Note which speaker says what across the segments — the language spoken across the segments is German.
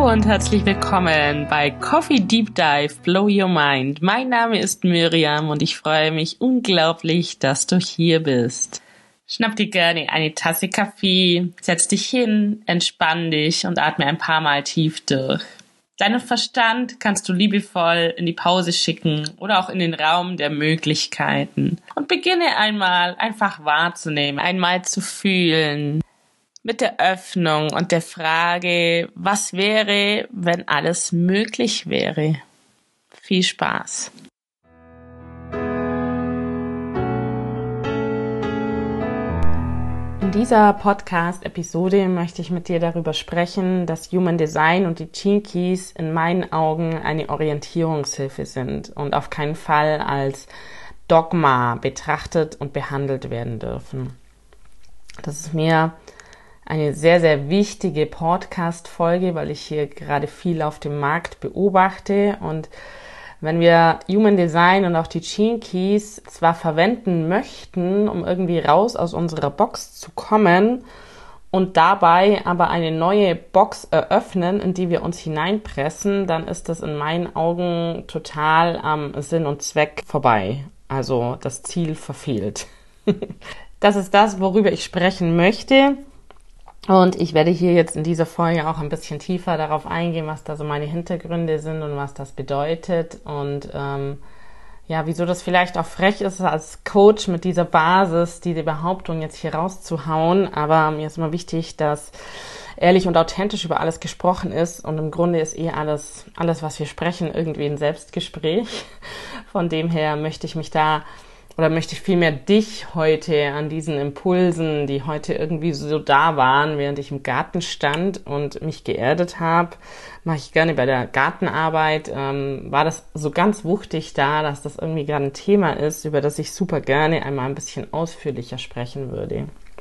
Speaker 1: Hallo und herzlich willkommen bei Coffee Deep Dive Blow Your Mind. Mein Name ist Miriam und ich freue mich unglaublich, dass du hier bist. Schnapp dir gerne eine Tasse Kaffee, setz dich hin, entspann dich und atme ein paar Mal tief durch. Deinen Verstand kannst du liebevoll in die Pause schicken oder auch in den Raum der Möglichkeiten. Und beginne einmal einfach wahrzunehmen, einmal zu fühlen. Mit der Öffnung und der Frage, was wäre, wenn alles möglich wäre? Viel Spaß! In dieser Podcast-Episode möchte ich mit dir darüber sprechen, dass Human Design und die Gene Keys in meinen Augen eine Orientierungshilfe sind und auf keinen Fall als Dogma betrachtet und behandelt werden dürfen. Das ist mir eine sehr, sehr wichtige Podcast-Folge, weil ich hier gerade viel auf dem Markt beobachte. Und wenn wir Human Design und auch die Gene Keys zwar verwenden möchten, um irgendwie raus aus unserer Box zu kommen und dabei aber eine neue Box eröffnen, in die wir uns hineinpressen, dann ist das in meinen Augen total am Sinn und Zweck vorbei. Also das Ziel verfehlt. Das ist das, worüber ich sprechen möchte. Und ich werde hier jetzt in dieser Folge auch ein bisschen tiefer darauf eingehen, was da so meine Hintergründe sind und was das bedeutet und wieso das vielleicht auch frech ist, als Coach mit dieser Basis, diese Behauptung jetzt hier rauszuhauen. Aber mir ist immer wichtig, dass ehrlich und authentisch über alles gesprochen ist und im Grunde ist alles, was wir sprechen, irgendwie ein Selbstgespräch. Von dem her möchte ich vielmehr dich heute an diesen Impulsen, die heute irgendwie so da waren, während ich im Garten stand und mich geerdet habe, mache ich gerne bei der Gartenarbeit, war das so ganz wuchtig da, dass das irgendwie gerade ein Thema ist, über das ich super gerne einmal ein bisschen ausführlicher sprechen würde.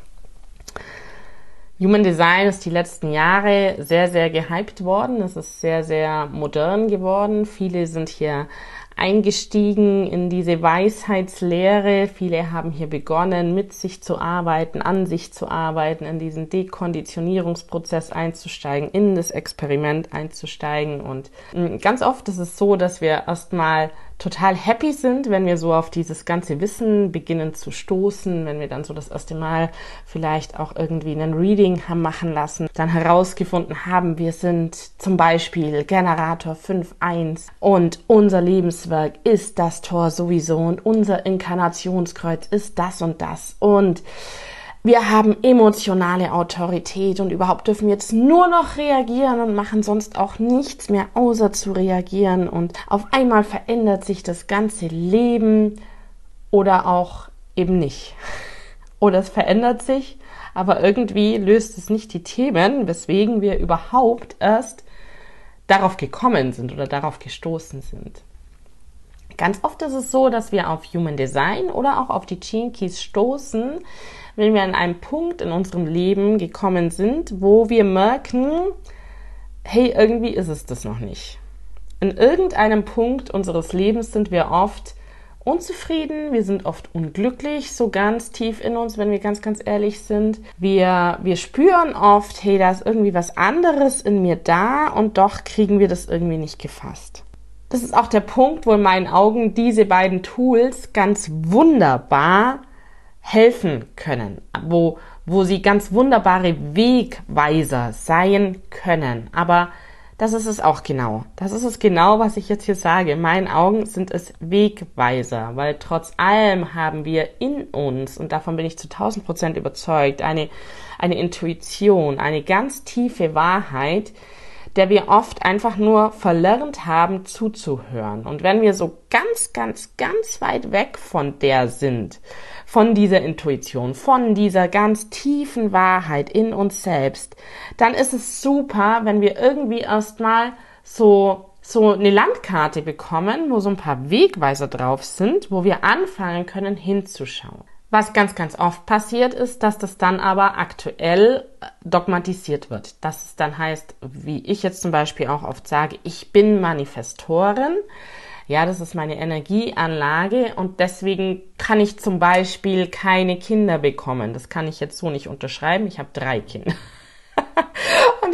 Speaker 1: Human Design ist die letzten Jahre sehr, sehr gehypt worden. Es ist sehr, sehr modern geworden. Viele sind hier eingestiegen in diese Weisheitslehre. Viele haben hier begonnen, mit sich zu arbeiten, an sich zu arbeiten, in diesen Dekonditionierungsprozess einzusteigen, in das Experiment einzusteigen. Und ganz oft ist es so, dass wir erstmal total happy sind, wenn wir so auf dieses ganze Wissen beginnen zu stoßen, wenn wir dann so das erste Mal vielleicht auch irgendwie einen Reading haben machen lassen, dann herausgefunden haben, wir sind zum Beispiel Generator 5.1 und unser Lebenswerk ist das Tor sowieso und unser Inkarnationskreuz ist das und das und wir haben emotionale Autorität und überhaupt dürfen wir jetzt nur noch reagieren und machen sonst auch nichts mehr, außer zu reagieren. Und auf einmal verändert sich das ganze Leben oder auch eben nicht. Oder es verändert sich, aber irgendwie löst es nicht die Themen, weswegen wir überhaupt erst darauf gekommen sind oder darauf gestoßen sind. Ganz oft ist es so, dass wir auf Human Design oder auch auf die Gene Keys stoßen, wenn wir an einem Punkt in unserem Leben gekommen sind, wo wir merken, hey, irgendwie ist es das noch nicht. In irgendeinem Punkt unseres Lebens sind wir oft unzufrieden, wir sind oft unglücklich, so ganz tief in uns, wenn wir ganz, ganz ehrlich sind. Wir spüren oft, hey, da ist irgendwie was anderes in mir da und doch kriegen wir das irgendwie nicht gefasst. Das ist auch der Punkt, wo in meinen Augen diese beiden Tools ganz wunderbar helfen können, wo sie ganz wunderbare Wegweiser sein können. Aber das ist es auch genau. Das ist es genau, was ich jetzt hier sage. In meinen Augen sind es Wegweiser, weil trotz allem haben wir in uns, und davon bin ich zu 1000% überzeugt, eine Intuition, eine ganz tiefe Wahrheit, der wir oft einfach nur verlernt haben zuzuhören. Und wenn wir so ganz, ganz, ganz weit weg von der sind, von dieser Intuition, von dieser ganz tiefen Wahrheit in uns selbst, dann ist es super, wenn wir irgendwie erstmal so eine Landkarte bekommen, wo so ein paar Wegweiser drauf sind, wo wir anfangen können hinzuschauen. Was ganz, ganz oft passiert ist, dass das dann aber aktuell dogmatisiert wird. Dass es dann heißt, wie ich jetzt zum Beispiel auch oft sage, ich bin Manifestorin. Ja, das ist meine Energieanlage und deswegen kann ich zum Beispiel keine Kinder bekommen. Das kann ich jetzt so nicht unterschreiben. Ich habe 3 Kinder. Und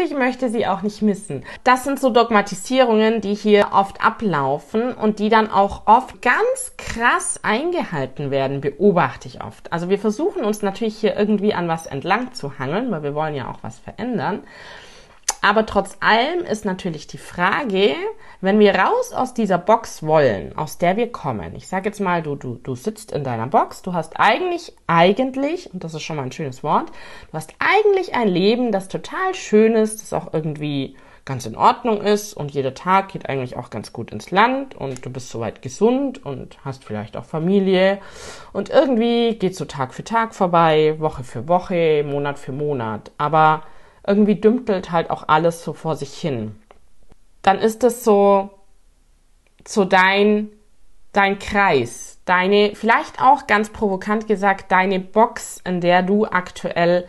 Speaker 1: ich möchte sie auch nicht missen. Das sind so Dogmatisierungen, die hier oft ablaufen und die dann auch oft ganz krass eingehalten werden, beobachte ich oft. Also wir versuchen uns natürlich hier irgendwie an was entlang zu hangeln, weil wir wollen ja auch was verändern. Aber trotz allem ist natürlich die Frage, wenn wir raus aus dieser Box wollen, aus der wir kommen. Ich sage jetzt mal, du sitzt in deiner Box, du hast eigentlich, und das ist schon mal ein schönes Wort, du hast eigentlich ein Leben, das total schön ist, das auch irgendwie ganz in Ordnung ist und jeder Tag geht eigentlich auch ganz gut ins Land und du bist soweit gesund und hast vielleicht auch Familie und irgendwie geht's so Tag für Tag vorbei, Woche für Woche, Monat für Monat, aber irgendwie dümpelt halt auch alles so vor sich hin. Dann ist das so dein Kreis, deine, vielleicht auch ganz provokant gesagt, deine Box, in der du aktuell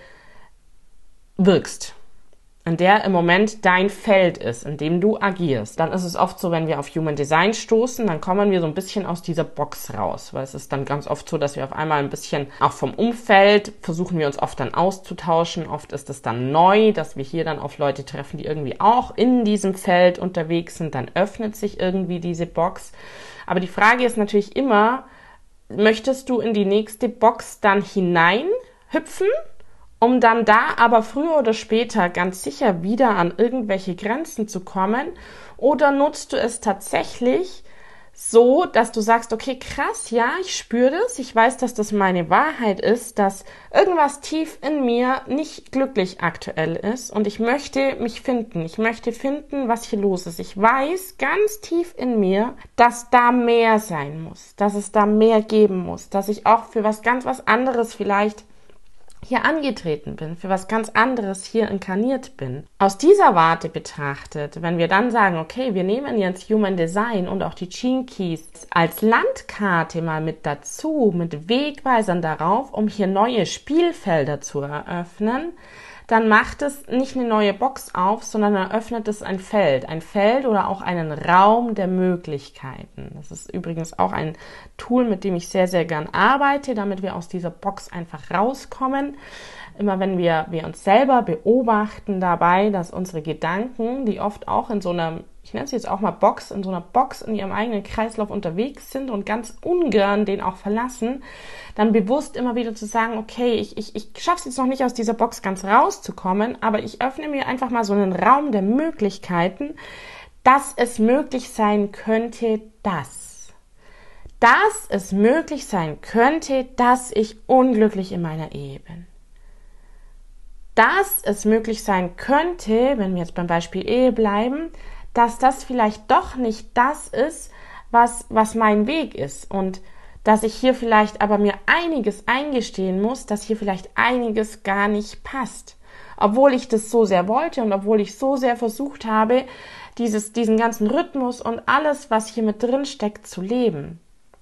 Speaker 1: wirkst, in der im Moment dein Feld ist, in dem du agierst. Dann ist es oft so, wenn wir auf Human Design stoßen, dann kommen wir so ein bisschen aus dieser Box raus, weil es ist dann ganz oft so, dass wir auf einmal ein bisschen auch vom Umfeld versuchen wir uns oft dann auszutauschen. Oft ist es dann neu, dass wir hier dann auf Leute treffen, die irgendwie auch in diesem Feld unterwegs sind. Dann öffnet sich irgendwie diese Box. Aber die Frage ist natürlich immer, möchtest du in die nächste Box dann hineinhüpfen, um dann da aber früher oder später ganz sicher wieder an irgendwelche Grenzen zu kommen? Oder nutzt du es tatsächlich so, dass du sagst, okay, krass, ja, ich spüre das, ich weiß, dass das meine Wahrheit ist, dass irgendwas tief in mir nicht glücklich aktuell ist und ich möchte mich finden, ich möchte finden, was hier los ist. Ich weiß ganz tief in mir, dass da mehr sein muss, dass es da mehr geben muss, dass ich auch für was ganz was anderes vielleicht hier angetreten bin, für was ganz anderes hier inkarniert bin. Aus dieser Warte betrachtet, wenn wir dann sagen, okay, wir nehmen jetzt Human Design und auch die Gene Keys als Landkarte mal mit dazu, mit Wegweisern darauf, um hier neue Spielfelder zu eröffnen, dann macht es nicht eine neue Box auf, sondern eröffnet es ein Feld oder auch einen Raum der Möglichkeiten. Das ist übrigens auch ein Tool, mit dem ich sehr, sehr gern arbeite, damit wir aus dieser Box einfach rauskommen. Immer wenn wir uns selber beobachten dabei, dass unsere Gedanken, die oft auch in so einer, ich nenne es jetzt auch mal Box, in so einer Box in ihrem eigenen Kreislauf unterwegs sind und ganz ungern den auch verlassen, dann bewusst immer wieder zu sagen, okay, ich schaffe es jetzt noch nicht aus dieser Box ganz rauszukommen, aber ich öffne mir einfach mal so einen Raum der Möglichkeiten, dass es möglich sein könnte, dass es möglich sein könnte, dass ich unglücklich in meiner Ehe bin. Dass es möglich sein könnte, wenn wir jetzt beim Beispiel Ehe bleiben, dass das vielleicht doch nicht das ist, was mein Weg ist und dass ich hier vielleicht aber mir einiges eingestehen muss, dass hier vielleicht einiges gar nicht passt. Obwohl ich das so sehr wollte und obwohl ich so sehr versucht habe, diesen ganzen Rhythmus und alles, was hier mit drin steckt, zu leben.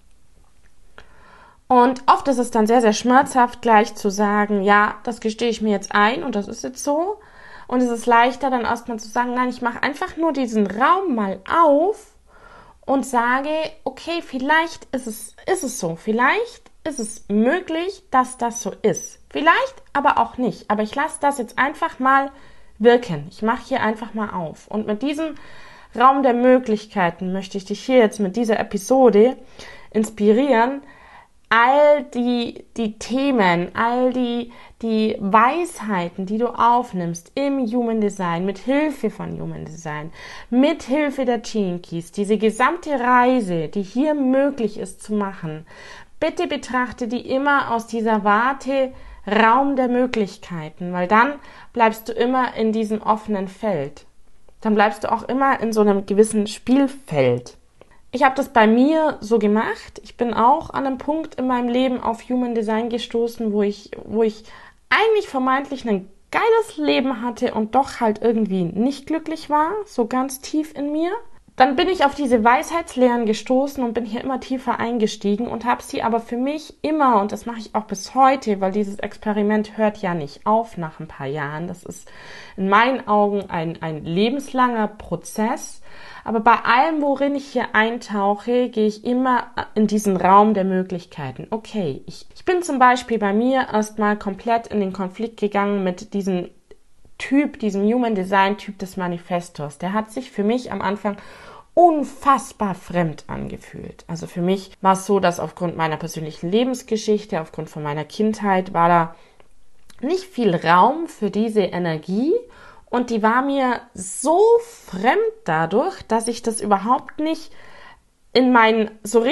Speaker 1: Und oft ist es dann sehr, sehr schmerzhaft, gleich zu sagen, ja, das gestehe ich mir jetzt ein und das ist jetzt so. Und es ist leichter, dann erstmal zu sagen, nein, ich mache einfach nur diesen Raum mal auf und sage, okay, vielleicht ist es so, vielleicht ist es möglich, dass das so ist. Vielleicht aber auch nicht. Aber ich lasse das jetzt einfach mal wirken. Ich mache hier einfach mal auf. Und mit diesem Raum der Möglichkeiten möchte ich dich hier jetzt mit dieser Episode inspirieren, all die Themen, all die Weisheiten, die du aufnimmst im Human Design, mit Hilfe von Human Design, mit Hilfe der Gene Keys, diese gesamte Reise, die hier möglich ist zu machen, bitte betrachte die immer aus dieser Warte Raum der Möglichkeiten, weil dann bleibst du immer in diesem offenen Feld. Dann bleibst du auch immer in so einem gewissen Spielfeld. Ich habe das bei mir so gemacht. Ich bin auch an einem Punkt in meinem Leben auf Human Design gestoßen, wo ich eigentlich vermeintlich ein geiles Leben hatte und doch halt irgendwie nicht glücklich war, so ganz tief in mir. Dann bin ich auf diese Weisheitslehren gestoßen und bin hier immer tiefer eingestiegen und habe sie aber für mich immer, und das mache ich auch bis heute, weil dieses Experiment hört ja nicht auf nach ein paar Jahren. Das ist in meinen Augen ein lebenslanger Prozess. Aber bei allem, worin ich hier eintauche, gehe ich immer in diesen Raum der Möglichkeiten. Okay, ich bin zum Beispiel bei mir erstmal komplett in den Konflikt gegangen mit diesen Typ, diesem Human Design Typ des Manifestors, der hat sich für mich am Anfang unfassbar fremd angefühlt. Also für mich war es so, dass aufgrund meiner persönlichen Lebensgeschichte, aufgrund von meiner Kindheit, war da nicht viel Raum für diese Energie und die war mir so fremd dadurch, dass ich das überhaupt nicht in mein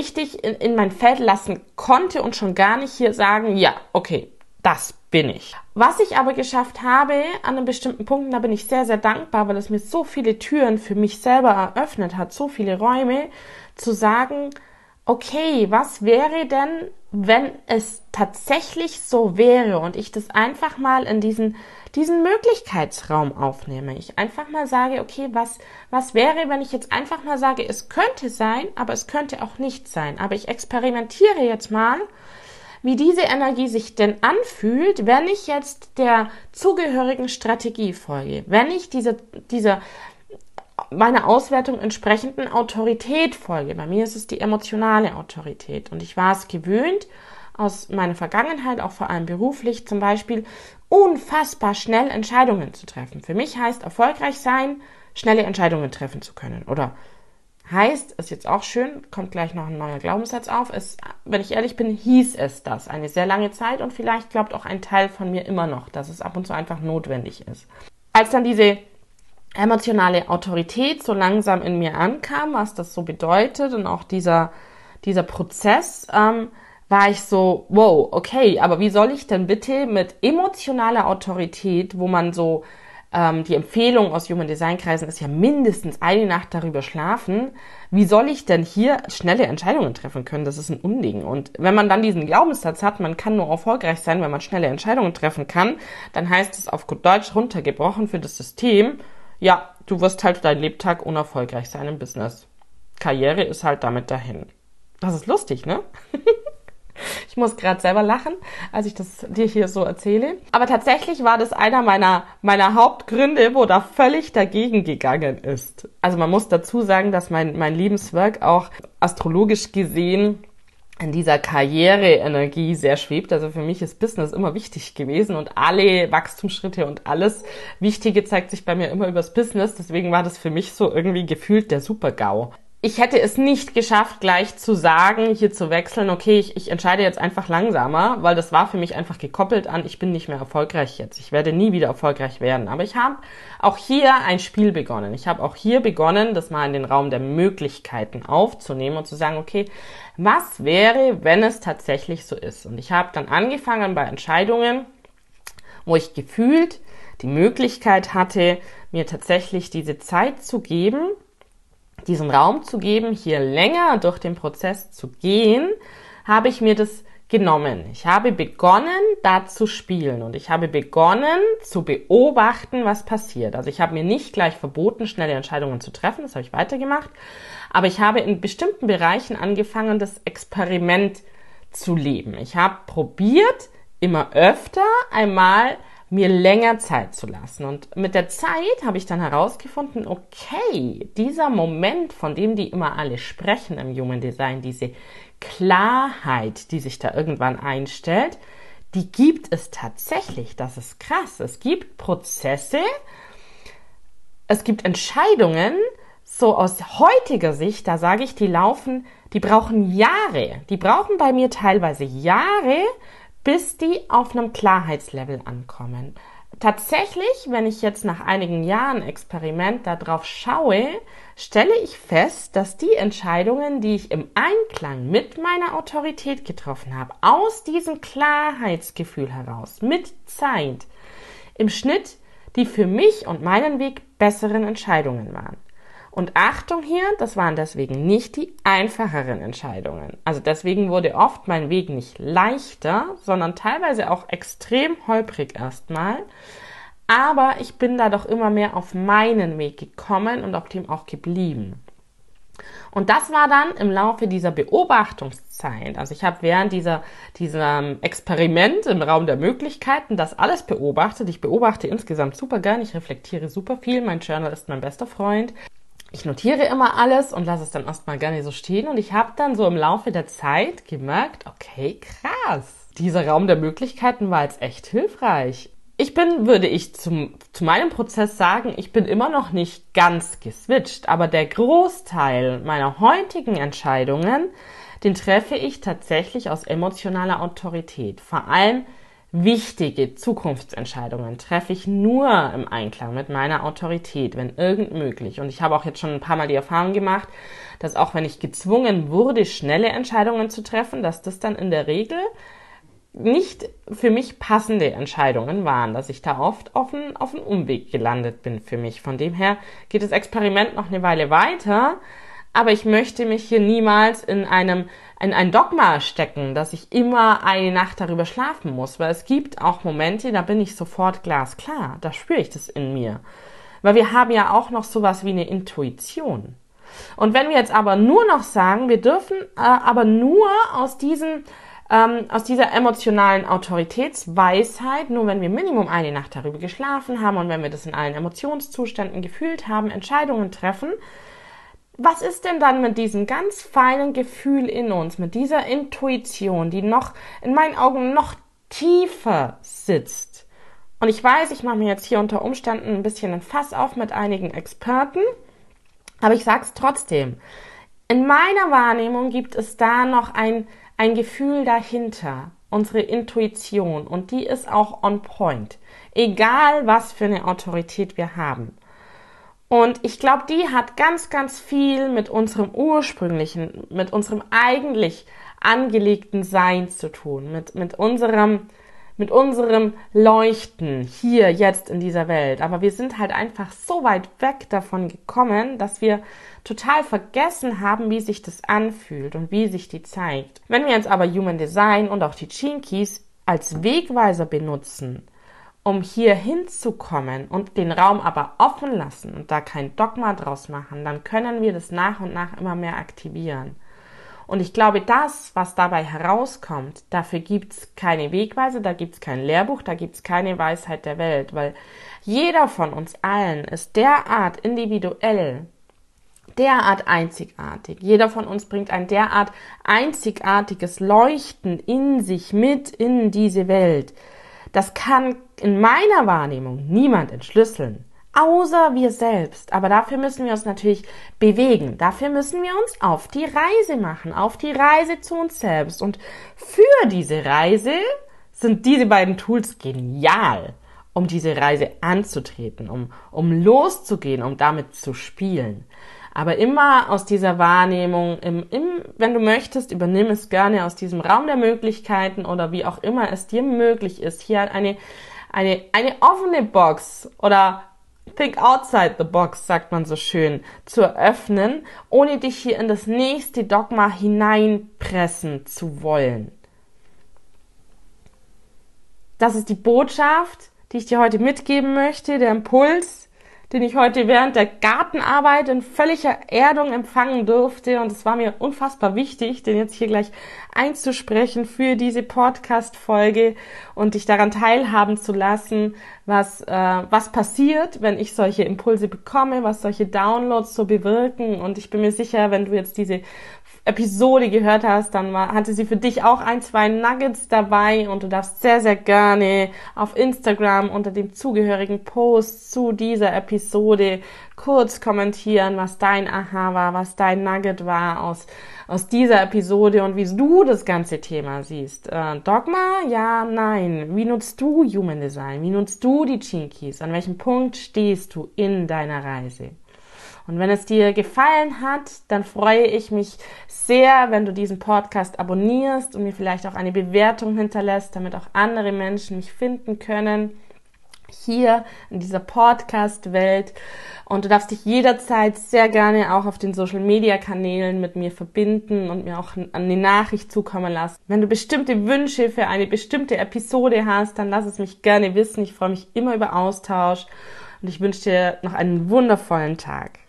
Speaker 1: Feld lassen konnte und schon gar nicht hier sagen, ja, okay, das bin ich. Was ich aber geschafft habe, an einem bestimmten Punkt, da bin ich sehr, sehr dankbar, weil es mir so viele Türen für mich selber eröffnet hat, so viele Räume, zu sagen, okay, was wäre denn, wenn es tatsächlich so wäre und ich das einfach mal in diesen Möglichkeitsraum aufnehme. Ich einfach mal sage, okay, was wäre, wenn ich jetzt einfach mal sage, es könnte sein, aber es könnte auch nicht sein. Aber ich experimentiere jetzt mal, wie diese Energie sich denn anfühlt, wenn ich jetzt der zugehörigen Strategie folge, wenn ich dieser meiner Auswertung entsprechenden Autorität folge. Bei mir ist es die emotionale Autorität und ich war es gewöhnt, aus meiner Vergangenheit, auch vor allem beruflich zum Beispiel, unfassbar schnell Entscheidungen zu treffen. Für mich heißt erfolgreich sein, schnelle Entscheidungen treffen zu können. Oder heißt, ist jetzt auch schön, kommt gleich noch ein neuer Glaubenssatz auf, wenn ich ehrlich bin, hieß es das eine sehr lange Zeit und vielleicht glaubt auch ein Teil von mir immer noch, dass es ab und zu einfach notwendig ist. Als dann diese emotionale Autorität so langsam in mir ankam, was das so bedeutet und auch dieser Prozess, war ich so, wow, okay, aber wie soll ich denn bitte mit emotionaler Autorität, wo man so, die Empfehlung aus Human Design Kreisen ist ja mindestens eine Nacht darüber schlafen, wie soll ich denn hier schnelle Entscheidungen treffen können? Das ist ein Unding. Und wenn man dann diesen Glaubenssatz hat, man kann nur erfolgreich sein, wenn man schnelle Entscheidungen treffen kann, dann heißt es auf gut Deutsch runtergebrochen für das System, ja, du wirst halt dein Lebtag unerfolgreich sein im Business. Karriere ist halt damit dahin. Das ist lustig, ne? Ich muss gerade selber lachen, als ich das dir hier so erzähle. Aber tatsächlich war das einer meiner Hauptgründe, wo da völlig dagegen gegangen ist. Also man muss dazu sagen, dass mein Lebenswerk auch astrologisch gesehen in dieser Karriereenergie sehr schwebt. Also für mich ist Business immer wichtig gewesen und alle Wachstumsschritte und alles Wichtige zeigt sich bei mir immer übers Business. Deswegen war das für mich so irgendwie gefühlt der Super-GAU. Ich hätte es nicht geschafft, gleich zu sagen, hier zu wechseln, okay, ich entscheide jetzt einfach langsamer, weil das war für mich einfach gekoppelt an, ich bin nicht mehr erfolgreich jetzt. Ich werde nie wieder erfolgreich werden. Aber ich habe auch hier ein Spiel begonnen. Ich habe auch hier begonnen, das mal in den Raum der Möglichkeiten aufzunehmen und zu sagen, okay, was wäre, wenn es tatsächlich so ist? Und ich habe dann angefangen bei Entscheidungen, wo ich gefühlt die Möglichkeit hatte, mir tatsächlich diese Zeit zu geben, diesen Raum zu geben, hier länger durch den Prozess zu gehen, habe ich mir das genommen. Ich habe begonnen, da zu spielen und ich habe begonnen zu beobachten, was passiert. Also ich habe mir nicht gleich verboten, schnelle Entscheidungen zu treffen, das habe ich weitergemacht, aber ich habe in bestimmten Bereichen angefangen, das Experiment zu leben. Ich habe probiert, immer öfter einmal mir länger Zeit zu lassen. Und mit der Zeit habe ich dann herausgefunden, okay, dieser Moment, von dem die immer alle sprechen im Human Design, diese Klarheit, die sich da irgendwann einstellt, die gibt es tatsächlich. Das ist krass. Es gibt Prozesse, es gibt Entscheidungen, so aus heutiger Sicht, da sage ich, die brauchen Jahre. Die brauchen bei mir teilweise Jahre, bis die auf einem Klarheitslevel ankommen. Tatsächlich, wenn ich jetzt nach einigen Jahren Experiment darauf schaue, stelle ich fest, dass die Entscheidungen, die ich im Einklang mit meiner Autorität getroffen habe, aus diesem Klarheitsgefühl heraus, mit Zeit, im Schnitt die für mich und meinen Weg besseren Entscheidungen waren. Und Achtung hier, das waren deswegen nicht die einfacheren Entscheidungen. Also deswegen wurde oft mein Weg nicht leichter, sondern teilweise auch extrem holprig erstmal. Aber ich bin da doch immer mehr auf meinen Weg gekommen und auf dem auch geblieben. Und das war dann im Laufe dieser Beobachtungszeit, also ich habe während diesem Experiment im Raum der Möglichkeiten das alles beobachtet. Ich beobachte insgesamt super gern, ich reflektiere super viel, mein Journal ist mein bester Freund. Ich notiere immer alles und lasse es dann erstmal gerne so stehen und ich habe dann so im Laufe der Zeit gemerkt, okay, krass, dieser Raum der Möglichkeiten war jetzt echt hilfreich. Ich würde ich zu meinem Prozess sagen, ich bin immer noch nicht ganz geswitcht, aber der Großteil meiner heutigen Entscheidungen, den treffe ich tatsächlich aus emotionaler Autorität. Vor allem wichtige Zukunftsentscheidungen treffe ich nur im Einklang mit meiner Autorität, wenn irgend möglich. Und ich habe auch jetzt schon ein paar Mal die Erfahrung gemacht, dass auch wenn ich gezwungen wurde, schnelle Entscheidungen zu treffen, dass das dann in der Regel nicht für mich passende Entscheidungen waren, dass ich da oft auf einen Umweg gelandet bin für mich. Von dem her geht das Experiment noch eine Weile weiter, aber ich möchte mich hier niemals in ein Dogma stecken, dass ich immer eine Nacht darüber schlafen muss, weil es gibt auch Momente, da bin ich sofort glasklar, da spüre ich das in mir. Weil wir haben ja auch noch sowas wie eine Intuition. Und wenn wir jetzt aber nur noch sagen, wir dürfen aber nur aus dieser emotionalen Autoritätsweisheit, nur wenn wir Minimum eine Nacht darüber geschlafen haben und wenn wir das in allen Emotionszuständen gefühlt haben, Entscheidungen treffen, was ist denn dann mit diesem ganz feinen Gefühl in uns, mit dieser Intuition, die noch in meinen Augen noch tiefer sitzt? Und ich weiß, ich mache mir jetzt hier unter Umständen ein bisschen ein Fass auf mit einigen Experten, aber ich sag's trotzdem. In meiner Wahrnehmung gibt es da noch ein Gefühl dahinter, unsere Intuition, und die ist auch on point, egal was für eine Autorität wir haben. Und ich glaube, die hat ganz, ganz viel mit unserem ursprünglichen, mit unserem eigentlich angelegten Sein zu tun, mit unserem Leuchten hier, jetzt in dieser Welt. Aber wir sind halt einfach so weit weg davon gekommen, dass wir total vergessen haben, wie sich das anfühlt und wie sich die zeigt. Wenn wir jetzt aber Human Design und auch die Gene Keys als Wegweiser benutzen, um hier hinzukommen und den Raum aber offen lassen und da kein Dogma draus machen, dann können wir das nach und nach immer mehr aktivieren. Und ich glaube, das, was dabei herauskommt, dafür gibt's keine Wegweise, da gibt's kein Lehrbuch, da gibt's keine Weisheit der Welt, weil jeder von uns allen ist derart individuell, derart einzigartig. Jeder von uns bringt ein derart einzigartiges Leuchten in sich mit in diese Welt. Das kann in meiner Wahrnehmung niemand entschlüsseln, außer wir selbst. Aber dafür müssen wir uns natürlich bewegen. Dafür müssen wir uns auf die Reise machen, auf die Reise zu uns selbst. Und für diese Reise sind diese beiden Tools genial, um diese Reise anzutreten, um loszugehen, um damit zu spielen. Aber immer aus dieser Wahrnehmung, wenn du möchtest, übernimm es gerne aus diesem Raum der Möglichkeiten oder wie auch immer es dir möglich ist, hier eine offene Box oder think outside the box, sagt man so schön, zu eröffnen, ohne dich hier in das nächste Dogma hineinpressen zu wollen. Das ist die Botschaft, die ich dir heute mitgeben möchte, der Impuls, den ich heute während der Gartenarbeit in völliger Erdung empfangen durfte. Und es war mir unfassbar wichtig, den jetzt hier gleich einzusprechen für diese Podcast-Folge und dich daran teilhaben zu lassen, was passiert, wenn ich solche Impulse bekomme, was solche Downloads so bewirken. Und ich bin mir sicher, wenn du jetzt diese Episode gehört hast, dann hatte sie für dich auch 1-2 Nuggets dabei und du darfst sehr, sehr gerne auf Instagram unter dem zugehörigen Post zu dieser Episode kurz kommentieren, was dein Aha war, was dein Nugget war aus dieser Episode und wie du das ganze Thema siehst. Dogma? Ja, nein. Wie nutzt du Human Design? Wie nutzt du die Gene Keys? An welchem Punkt stehst du in deiner Reise? Und wenn es dir gefallen hat, dann freue ich mich sehr, wenn du diesen Podcast abonnierst und mir vielleicht auch eine Bewertung hinterlässt, damit auch andere Menschen mich finden können hier in dieser Podcast-Welt. Und du darfst dich jederzeit sehr gerne auch auf den Social-Media-Kanälen mit mir verbinden und mir auch eine Nachricht zukommen lassen. Wenn du bestimmte Wünsche für eine bestimmte Episode hast, dann lass es mich gerne wissen. Ich freue mich immer über Austausch und ich wünsche dir noch einen wundervollen Tag.